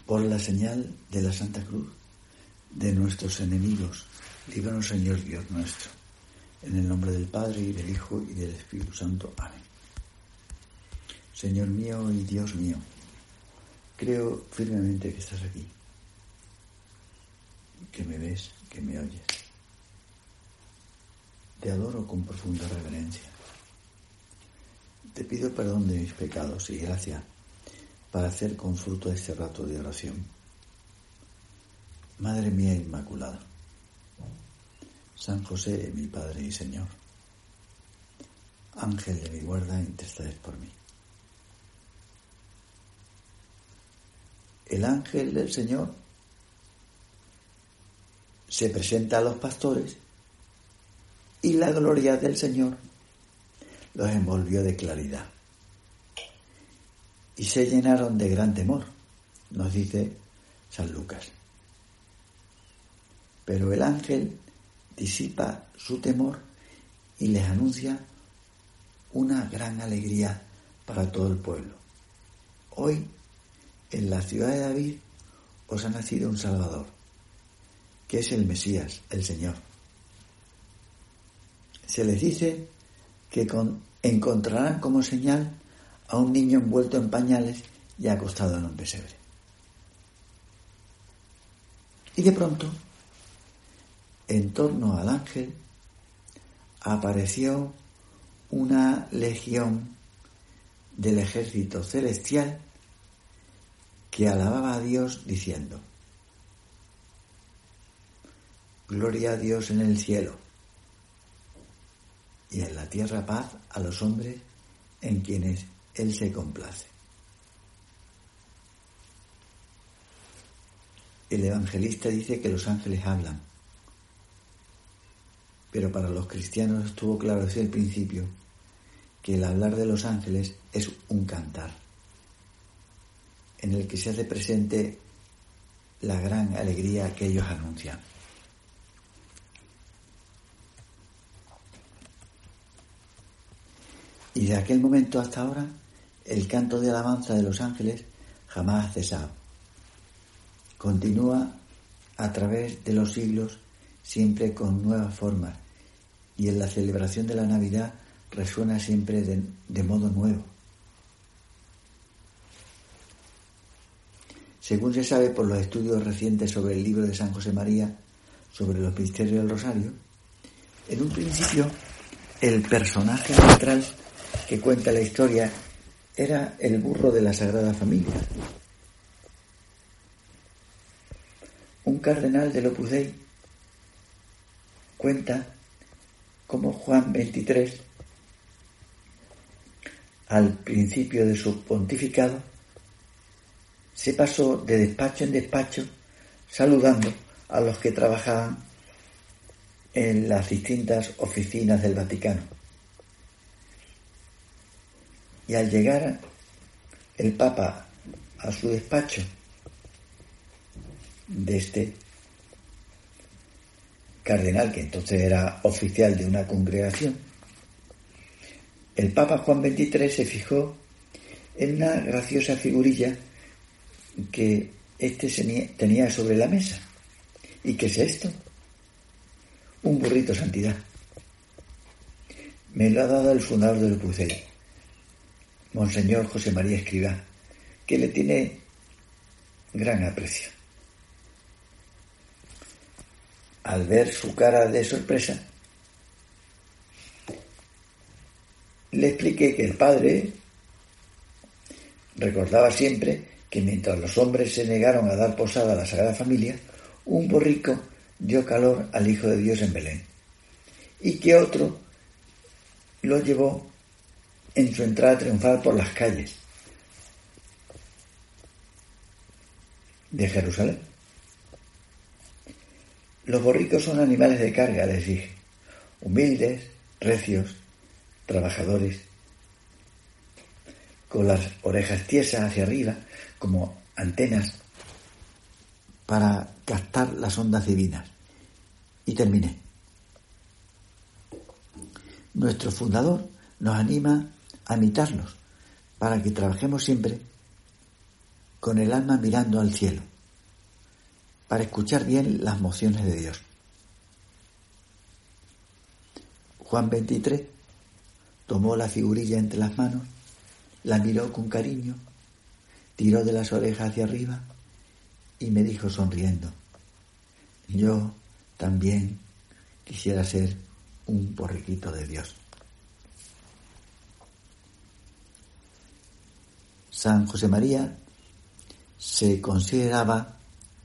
Por la señal de la Santa Cruz de nuestros enemigos, líbranos, Señor Dios nuestro. En el nombre del Padre, y del Hijo, y del Espíritu Santo. Amén. Señor mío y Dios mío, creo firmemente que estás aquí, que me ves, que me oyes. Te adoro con profunda reverencia. Te pido perdón de mis pecados y gracia para hacer con fruto este rato de oración. Madre mía Inmaculada, San José, mi Padre y Señor, Ángel de mi guarda, interceded por mí. El ángel del Señor se presenta a los pastores y la gloria del Señor los envolvió de claridad y se llenaron de gran temor, nos dice San Lucas. Pero el ángel disipa su temor y les anuncia una gran alegría para todo el pueblo. Hoy, en la ciudad de David, os ha nacido un Salvador, que es el Mesías, el Señor. Se les dice que encontrarán como señal a un niño envuelto en pañales y acostado en un pesebre. Y de pronto, en torno al ángel, apareció una legión del ejército celestial que alababa a Dios diciendo: Gloria a Dios en el cielo, y en la tierra paz a los hombres en quienes Él se complace. El evangelista dice que los ángeles hablan, pero para los cristianos estuvo claro desde el principio que el hablar de los ángeles es un cantar, en el que se hace presente la gran alegría que ellos anuncian. Y de aquel momento hasta ahora, el canto de alabanza de los ángeles jamás ha cesado. Continúa a través de los siglos, siempre con nuevas formas, y en la celebración de la Navidad resuena siempre de modo nuevo. Según se sabe por los estudios recientes sobre el libro de San José María, sobre los misterios del Rosario, en un principio el personaje central que cuenta la historia era el burro de la Sagrada Familia. Un cardenal del Opus Dei cuenta cómo Juan XXIII, al principio de su pontificado, se pasó de despacho en despacho saludando a los que trabajaban en las distintas oficinas del Vaticano. Y al llegar el Papa a su despacho de este cardenal, que entonces era oficial de una congregación, el Papa Juan XXIII se fijó en una graciosa figurilla que tenía sobre la mesa. ¿Y qué es esto? Un burrito, santidad. Me lo ha dado el fundador del Opus Dei, Monseñor José María Escrivá, que le tiene gran aprecio. Al ver su cara de sorpresa, le expliqué que el padre recordaba siempre que mientras los hombres se negaron a dar posada a la Sagrada Familia, un borrico dio calor al Hijo de Dios en Belén, y que otro lo llevó en su entrada triunfal por las calles de Jerusalén. Los borricos son animales de carga, les dije, humildes, recios, trabajadores, con las orejas tiesas hacia arriba, como antenas para captar las ondas divinas. Y terminé. Nuestro fundador nos anima a imitarlos, para que trabajemos siempre con el alma mirando al cielo, para escuchar bien las mociones de Dios. Juan 23 tomó la figurilla entre las manos, la miró con cariño, tiró de las orejas hacia arriba y me dijo sonriendo: yo también quisiera ser un borriquito de Dios. San José María se consideraba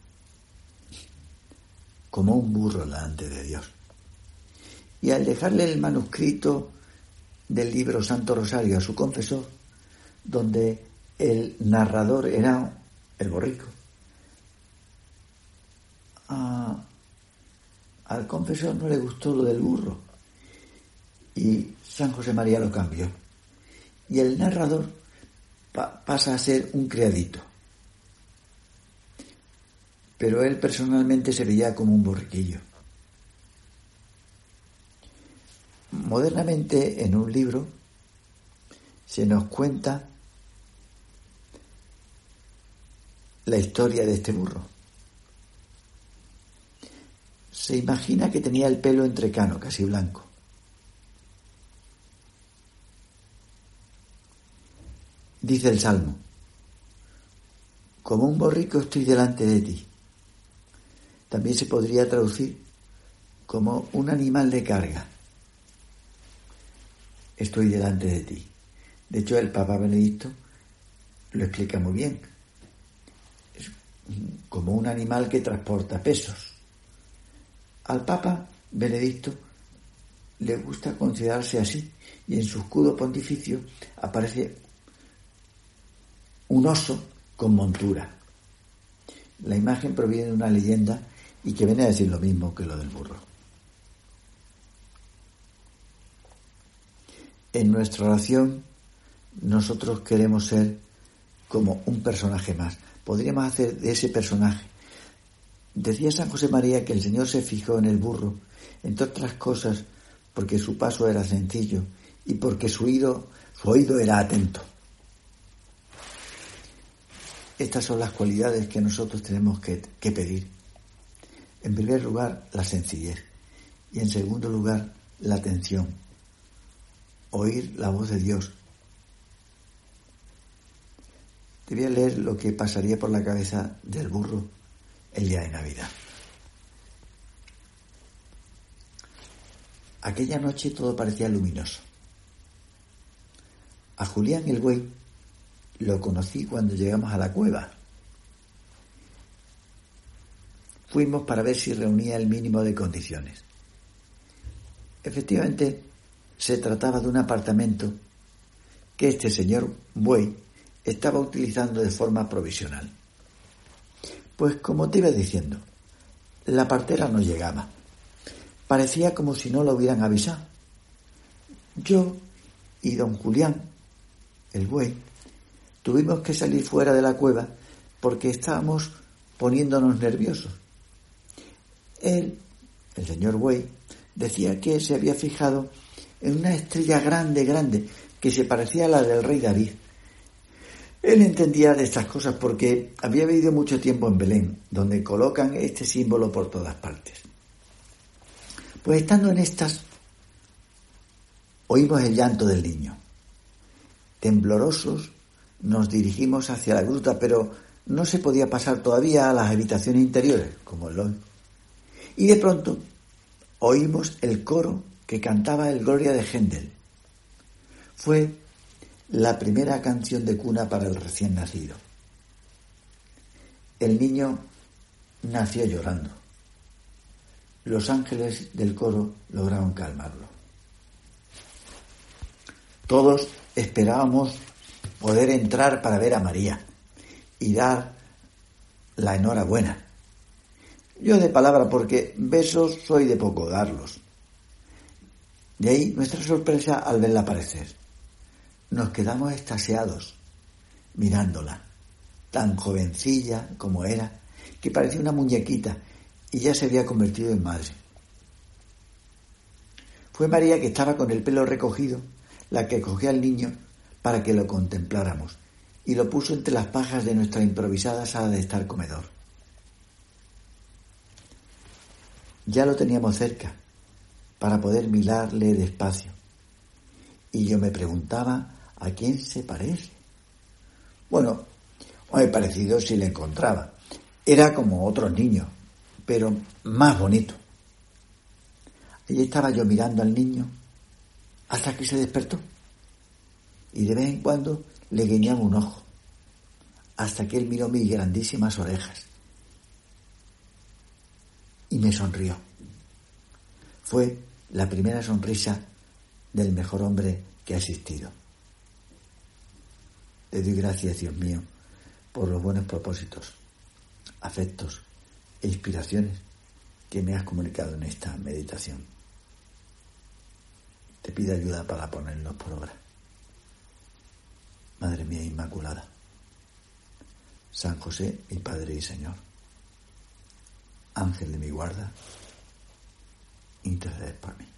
como un burro delante de Dios. Y al dejarle el manuscrito del libro Santo Rosario a su confesor, donde el narrador era el borrico, al confesor no le gustó lo del burro y San José María lo cambió. Y el narrador pasa a ser un criadito. Pero él personalmente se veía como un borriquillo. Modernamente, en un libro, se nos cuenta la historia de este burro. Se imagina que tenía el pelo entrecano, casi blanco. Dice el Salmo: como un borrico estoy delante de ti. También se podría traducir como un animal de carga. Estoy delante de ti. De hecho, el Papa Benedicto lo explica muy bien. Es como un animal que transporta pesos. Al Papa Benedicto le gusta considerarse así, y en su escudo pontificio aparece un oso con montura. La imagen proviene de una leyenda y que viene a decir lo mismo que lo del burro. En nuestra oración nosotros queremos ser como un personaje más. Podríamos hacer de ese personaje. Decía San José María que el Señor se fijó en el burro, entre otras cosas, porque su paso era sencillo y porque su oído era atento. Estas son las cualidades que nosotros tenemos que pedir. En primer lugar, la sencillez. Y en segundo lugar, la atención. Oír la voz de Dios. Te voy a leer lo que pasaría por la cabeza del burro el día de Navidad. Aquella noche todo parecía luminoso. A Julián el buey lo conocí cuando llegamos a la cueva. Fuimos para ver si reunía el mínimo de condiciones. Efectivamente, se trataba de un apartamento que este señor buey estaba utilizando de forma provisional. Pues como te iba diciendo, la partera no llegaba. Parecía como si no lo hubieran avisado. Yo y don Julián, el buey, tuvimos que salir fuera de la cueva porque estábamos poniéndonos nerviosos. Él, el señor buey, decía que se había fijado en una estrella grande, que se parecía a la del rey David. Él entendía de estas cosas porque había vivido mucho tiempo en Belén, donde colocan este símbolo por todas partes. Pues estando en estas, oímos el llanto del niño. Temblorosos nos dirigimos hacia la gruta, pero no se podía pasar todavía a las habitaciones interiores, como el hoy. Y de pronto oímos el coro que cantaba el Gloria de Händel. Fue la primera canción de cuna para el recién nacido. El niño nació llorando. Los ángeles del coro lograron calmarlo. Todos esperábamos poder entrar para ver a María y dar la enhorabuena. Yo de palabra, porque besos soy de poco darlos. De ahí nuestra sorpresa al verla aparecer. Nos quedamos extasiados mirándola, tan jovencilla como era, que parecía una muñequita y ya se había convertido en madre. Fue María, que estaba con el pelo recogido, la que cogió al niño para que lo contempláramos, y lo puso entre las pajas de nuestra improvisada sala de estar comedor. Ya lo teníamos cerca para poder mirarle despacio, y yo me preguntaba a quién se parece. Bueno, muy parecido si le encontraba. Era como otros niños, pero más bonito. Allí estaba yo mirando al niño hasta que se despertó, y de vez en cuando le guiñaba un ojo, hasta que él miró mis grandísimas orejas y me sonrió. Fue la primera sonrisa del mejor hombre que ha existido. Te doy gracias, Dios mío, por los buenos propósitos, afectos e inspiraciones que me has comunicado en esta meditación. Te pido ayuda para ponerlos por obra. Madre mía Inmaculada, San José, mi Padre y Señor, Ángel de mi guarda, interceded por mí.